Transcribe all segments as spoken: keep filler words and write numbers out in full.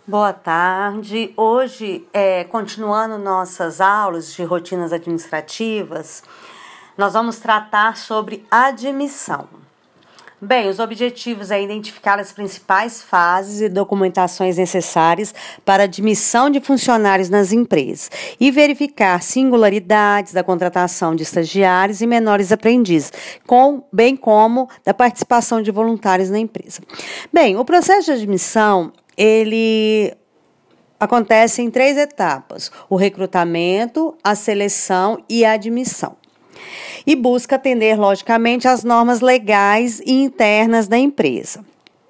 Boa tarde. Hoje, é, continuando nossas aulas de rotinas administrativas, nós vamos tratar sobre admissão. Bem, os objetivos é identificar as principais fases e documentações necessárias para a admissão de funcionários nas empresas e verificar singularidades da contratação de estagiários e menores aprendizes, com, bem como da participação de voluntários na empresa. Bem, o processo de admissão ele acontece em três etapas: o recrutamento, a seleção e a admissão. E busca atender, logicamente, às normas legais e internas da empresa.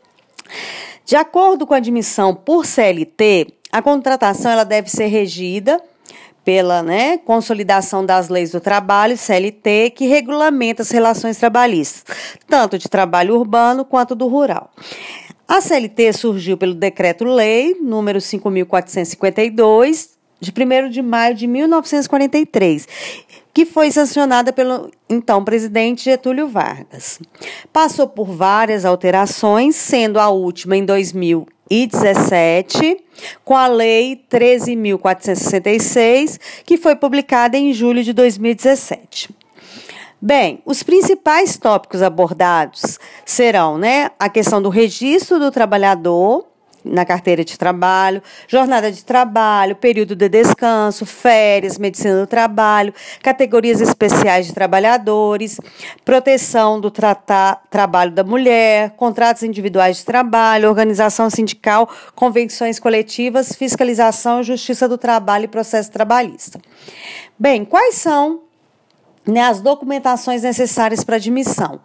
De acordo com a admissão por C L T, a contratação ela deve ser regida pela né, Consolidação das Leis do Trabalho, C L T, que regulamenta as relações trabalhistas, tanto de trabalho urbano quanto do rural. A C L T surgiu pelo Decreto-Lei número cinco mil quatrocentos e cinquenta e dois, de primeiro de maio de mil novecentos e quarenta e três, que foi sancionada pelo então presidente Getúlio Vargas. Passou por várias alterações, sendo a última em dois mil e dezessete, com a Lei treze mil quatrocentos e sessenta e seis, que foi publicada em julho de dois mil e dezessete. Bem, os principais tópicos abordados serão, né, a questão do registro do trabalhador na carteira de trabalho, jornada de trabalho, período de descanso, férias, medicina do trabalho, categorias especiais de trabalhadores, proteção do trata- trabalho da mulher, contratos individuais de trabalho, organização sindical, convenções coletivas, fiscalização, justiça do trabalho e processo trabalhista. Bem, quais são né, as documentações necessárias para admissão?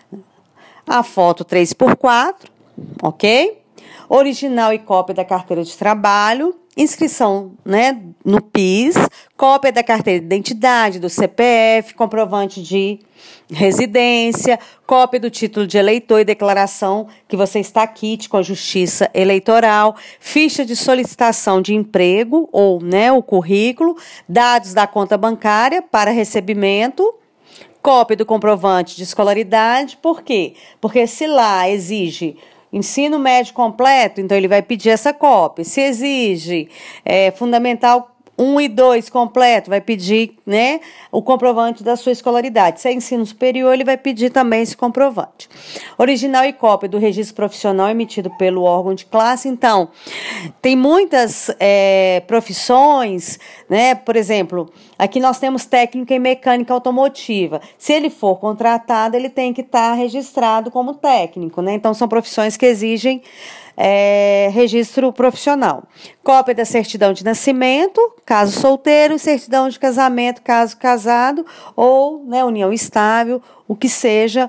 A foto três por quatro, ok? Original e cópia da carteira de trabalho, inscrição né, no P I S, cópia da carteira de identidade, do C P F, comprovante de residência, cópia do título de eleitor e declaração que você está quite com a Justiça Eleitoral, ficha de solicitação de emprego ou né, o currículo, dados da conta bancária para recebimento, cópia do comprovante de escolaridade. Por quê? Porque se lá exige ensino médio completo, então ele vai pedir essa cópia. Se exige é, fundamental um e dois completo, vai pedir né, o comprovante da sua escolaridade. Se é ensino superior, ele vai pedir também esse comprovante. Original e cópia do registro profissional emitido pelo órgão de classe. Então, tem muitas é, profissões, né? Por exemplo, aqui nós temos técnico em mecânica automotiva. Se ele for contratado, ele tem que estar registrado como técnico, né? Então, são profissões que exigem É, registro profissional. Cópia da certidão de nascimento, caso solteiro, certidão de casamento, caso casado, ou né, união estável, o que seja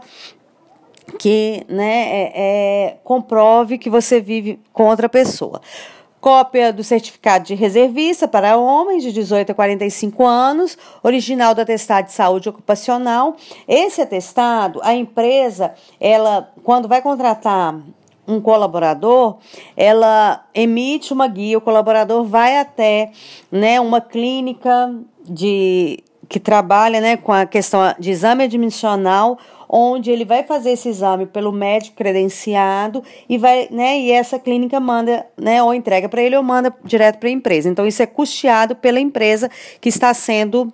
que né, é, é, comprove que você vive com outra pessoa. Cópia do certificado de reservista para homens de dezoito a quarenta e cinco anos, original do atestado de saúde ocupacional. Esse atestado, a empresa, ela, quando vai contratar um colaborador, ela emite uma guia, o colaborador vai até né, uma clínica de, que trabalha né, com a questão de exame admissional, onde ele vai fazer esse exame pelo médico credenciado e, vai, né, e essa clínica manda, né, ou entrega para ele ou manda direto para a empresa. Então, isso é custeado pela empresa que está sendo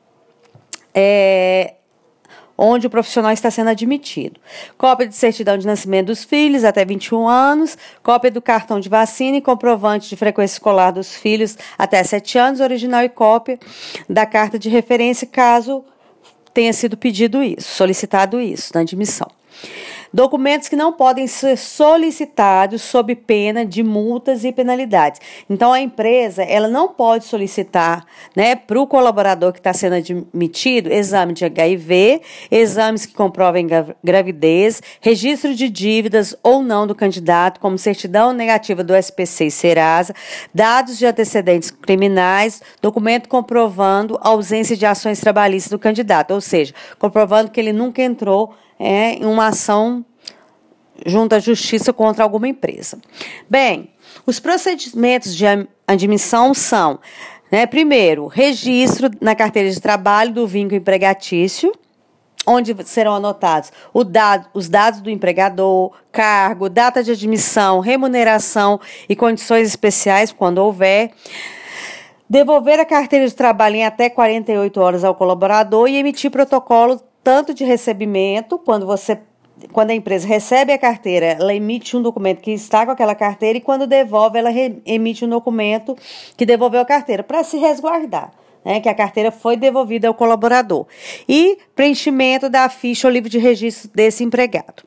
É, onde o profissional está sendo admitido. Cópia de certidão de nascimento dos filhos até vinte e um anos, cópia do cartão de vacina e comprovante de frequência escolar dos filhos até sete anos, original e cópia da carta de referência, caso tenha sido pedido isso, solicitado isso na admissão. Documentos que não podem ser solicitados sob pena de multas e penalidades. Então, a empresa ela não pode solicitar né, para o colaborador que está sendo admitido exame de H I V, exames que comprovem gravidez, registro de dívidas ou não do candidato, como certidão negativa do S P C e Serasa, dados de antecedentes criminais, documento comprovando a ausência de ações trabalhistas do candidato, ou seja, comprovando que ele nunca entrou É, em uma ação junto à justiça contra alguma empresa. Bem, os procedimentos de admissão são, né, primeiro, registro na carteira de trabalho do vínculo empregatício, onde serão anotados o dado, os dados do empregador, cargo, data de admissão, remuneração e condições especiais, quando houver. Devolver a carteira de trabalho em até quarenta e oito horas ao colaborador e emitir protocolo tanto de recebimento, quando você Quando a empresa recebe a carteira, ela emite um documento que está com aquela carteira e quando devolve, ela emite um documento que devolveu a carteira, para se resguardar, né, que a carteira foi devolvida ao colaborador. E preenchimento da ficha ou livro de registro desse empregado.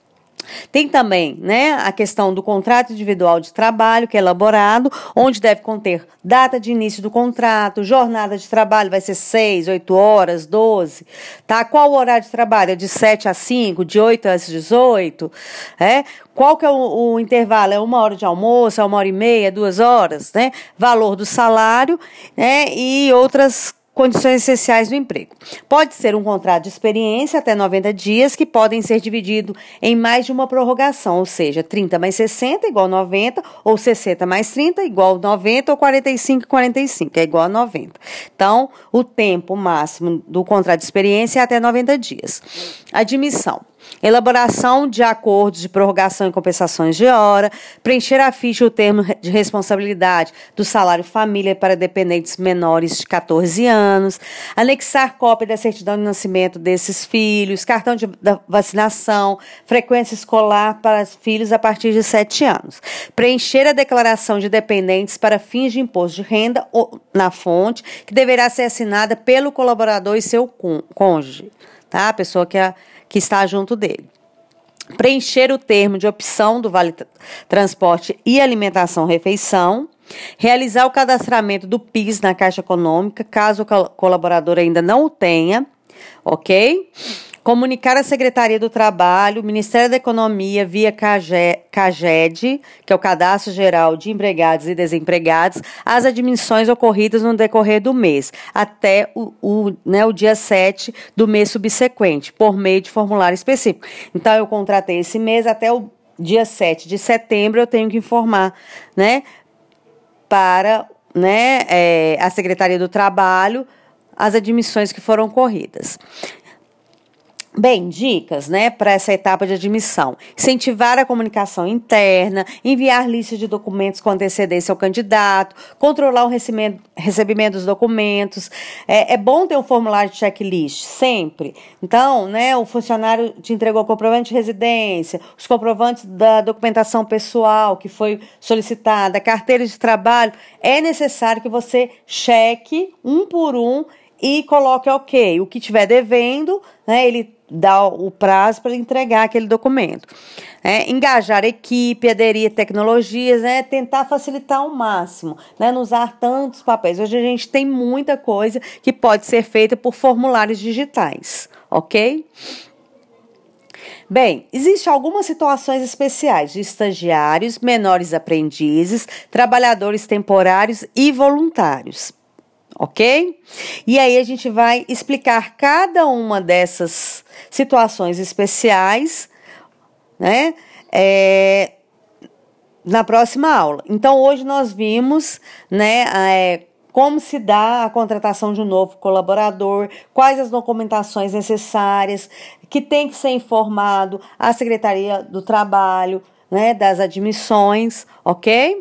Tem também, né, a questão do contrato individual de trabalho, que é elaborado, onde deve conter data de início do contrato, jornada de trabalho, vai ser seis, oito horas, doze, tá? Qual o horário de trabalho? É de sete às cinco, de oito às dezoito, é? Qual que é o, o intervalo? É uma hora de almoço, é uma hora e meia, duas horas, né? Valor do salário, né, e outras condições essenciais do emprego. Pode ser um contrato de experiência até noventa dias, que podem ser divididos em mais de uma prorrogação, ou seja, trinta mais sessenta igual a noventa, ou sessenta mais trinta igual a noventa, ou quarenta e cinco, quarenta e cinco é igual a noventa. Então, o tempo máximo do contrato de experiência é até noventa dias. Admissão. Elaboração de acordos de prorrogação e compensações de hora, preencher a ficha e o termo de responsabilidade do salário família para dependentes menores de catorze anos, anexar cópia da certidão de nascimento desses filhos, cartão de vacinação, frequência escolar para filhos a partir de sete anos, preencher a declaração de dependentes para fins de imposto de renda na fonte, que deverá ser assinada pelo colaborador e seu cônjuge, tá? A pessoa que é que está junto dele. Preencher o termo de opção do Vale Transporte e Alimentação Refeição. Realizar o cadastramento do PIS na Caixa Econômica, caso o colaborador ainda não o tenha, ok? Comunicar à Secretaria do Trabalho, Ministério da Economia, via CAGED, que é o Cadastro Geral de Empregados e Desempregados, as admissões ocorridas no decorrer do mês, até o, o, né, o dia sete do mês subsequente, por meio de formulário específico. Então, eu contratei esse mês, até o dia sete de setembro, eu tenho que informar, né, para né, é, a Secretaria do Trabalho as admissões que foram ocorridas. Bem, dicas, né, para essa etapa de admissão. Incentivar a comunicação interna, enviar lista de documentos com antecedência ao candidato, controlar o recebimento, recebimento dos documentos. É, é bom ter um formulário de checklist, sempre. Então, né, o funcionário te entregou o comprovante de residência, os comprovantes da documentação pessoal que foi solicitada, a carteira de trabalho. É necessário que você cheque um por um e coloque ok. O que estiver devendo, né, ele dá o prazo para entregar aquele documento. É, engajar a equipe, aderir a tecnologias, né, tentar facilitar ao máximo, né, não usar tantos papéis. Hoje a gente tem muita coisa que pode ser feita por formulários digitais, ok? Bem, existem algumas situações especiais de estagiários, menores aprendizes, trabalhadores temporários e voluntários. Ok? E aí a gente vai explicar cada uma dessas situações especiais, né, é, na próxima aula. Então, hoje nós vimos, né, é, como se dá a contratação de um novo colaborador, quais as documentações necessárias, que tem que ser informado à Secretaria do Trabalho, né, das admissões, ok?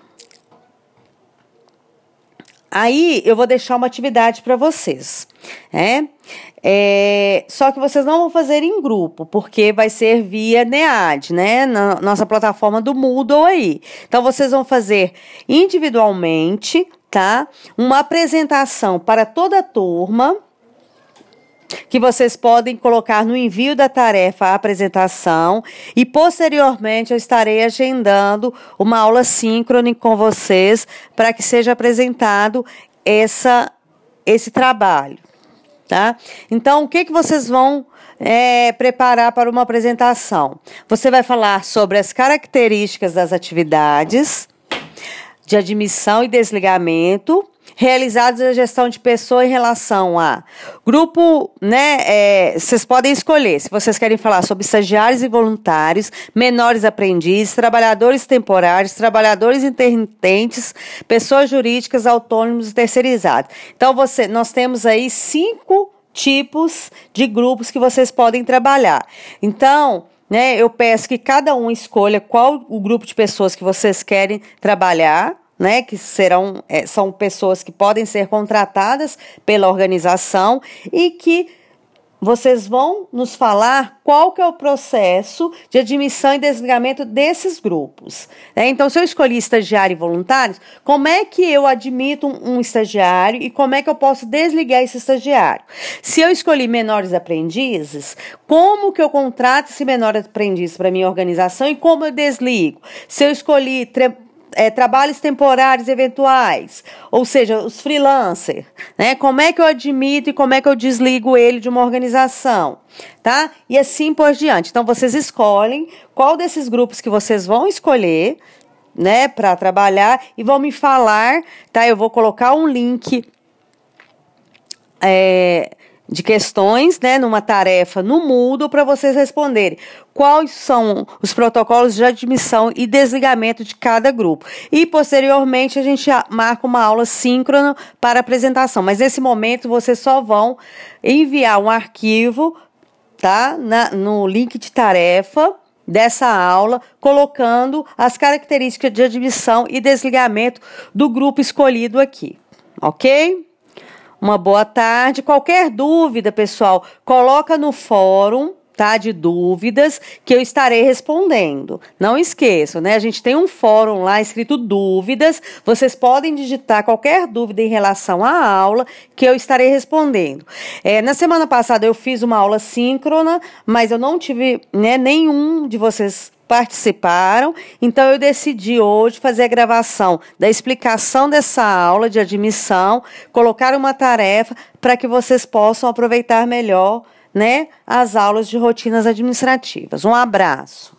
Aí, eu vou deixar uma atividade para vocês, né? É, só que vocês não vão fazer em grupo, porque vai ser via NEAD, né? Na nossa plataforma do Moodle aí. Então, vocês vão fazer individualmente, tá? Uma apresentação para toda a turma, que vocês podem colocar no envio da tarefa a apresentação e, posteriormente, eu estarei agendando uma aula síncrone com vocês para que seja apresentado essa, esse trabalho, tá? Então, o que, que vocês vão é, preparar para uma apresentação? Você vai falar sobre as características das atividades de admissão e desligamento realizados na gestão de pessoa em relação a grupo, né, é, vocês podem escolher, se vocês querem falar sobre estagiários e voluntários, menores aprendizes, trabalhadores temporários, trabalhadores intermitentes, pessoas jurídicas, autônomos e terceirizados. Então, você, nós temos aí cinco tipos de grupos que vocês podem trabalhar. Então, né, eu peço que cada um escolha qual o grupo de pessoas que vocês querem trabalhar, né, que serão, é, são pessoas que podem ser contratadas pela organização e que vocês vão nos falar qual que é o processo de admissão e desligamento desses grupos. Né? Então, se eu escolhi estagiário e voluntários, como é que eu admito um, um estagiário e como é que eu posso desligar esse estagiário? Se eu escolhi menores aprendizes, como que eu contrato esse menor aprendiz para a minha organização e como eu desligo? Se eu escolhi tre- É, trabalhos temporários eventuais, ou seja, os freelancers, né? Como é que eu admito e como é que eu desligo ele de uma organização, tá? E assim por diante. Então, vocês escolhem qual desses grupos que vocês vão escolher, né, para trabalhar e vão me falar, tá? Eu vou colocar um link é, de questões, né, numa tarefa no Moodle para vocês responderem quais são os protocolos de admissão e desligamento de cada grupo. E, posteriormente, a gente marca uma aula síncrona para apresentação. Mas, nesse momento, vocês só vão enviar um arquivo, tá, na, no link de tarefa dessa aula, colocando as características de admissão e desligamento do grupo escolhido aqui. Ok? Uma boa tarde. Qualquer dúvida, pessoal, coloca no fórum, tá, de dúvidas, que eu estarei respondendo. Não esqueçam, né? A gente tem um fórum lá escrito dúvidas. Vocês podem digitar qualquer dúvida em relação à aula que eu estarei respondendo. É, na semana passada eu fiz uma aula síncrona, mas eu não tive, né, nenhum de vocês participaram, então eu decidi hoje fazer a gravação da explicação dessa aula de admissão, colocar uma tarefa para que vocês possam aproveitar melhor, né, as aulas de rotinas administrativas. Um abraço.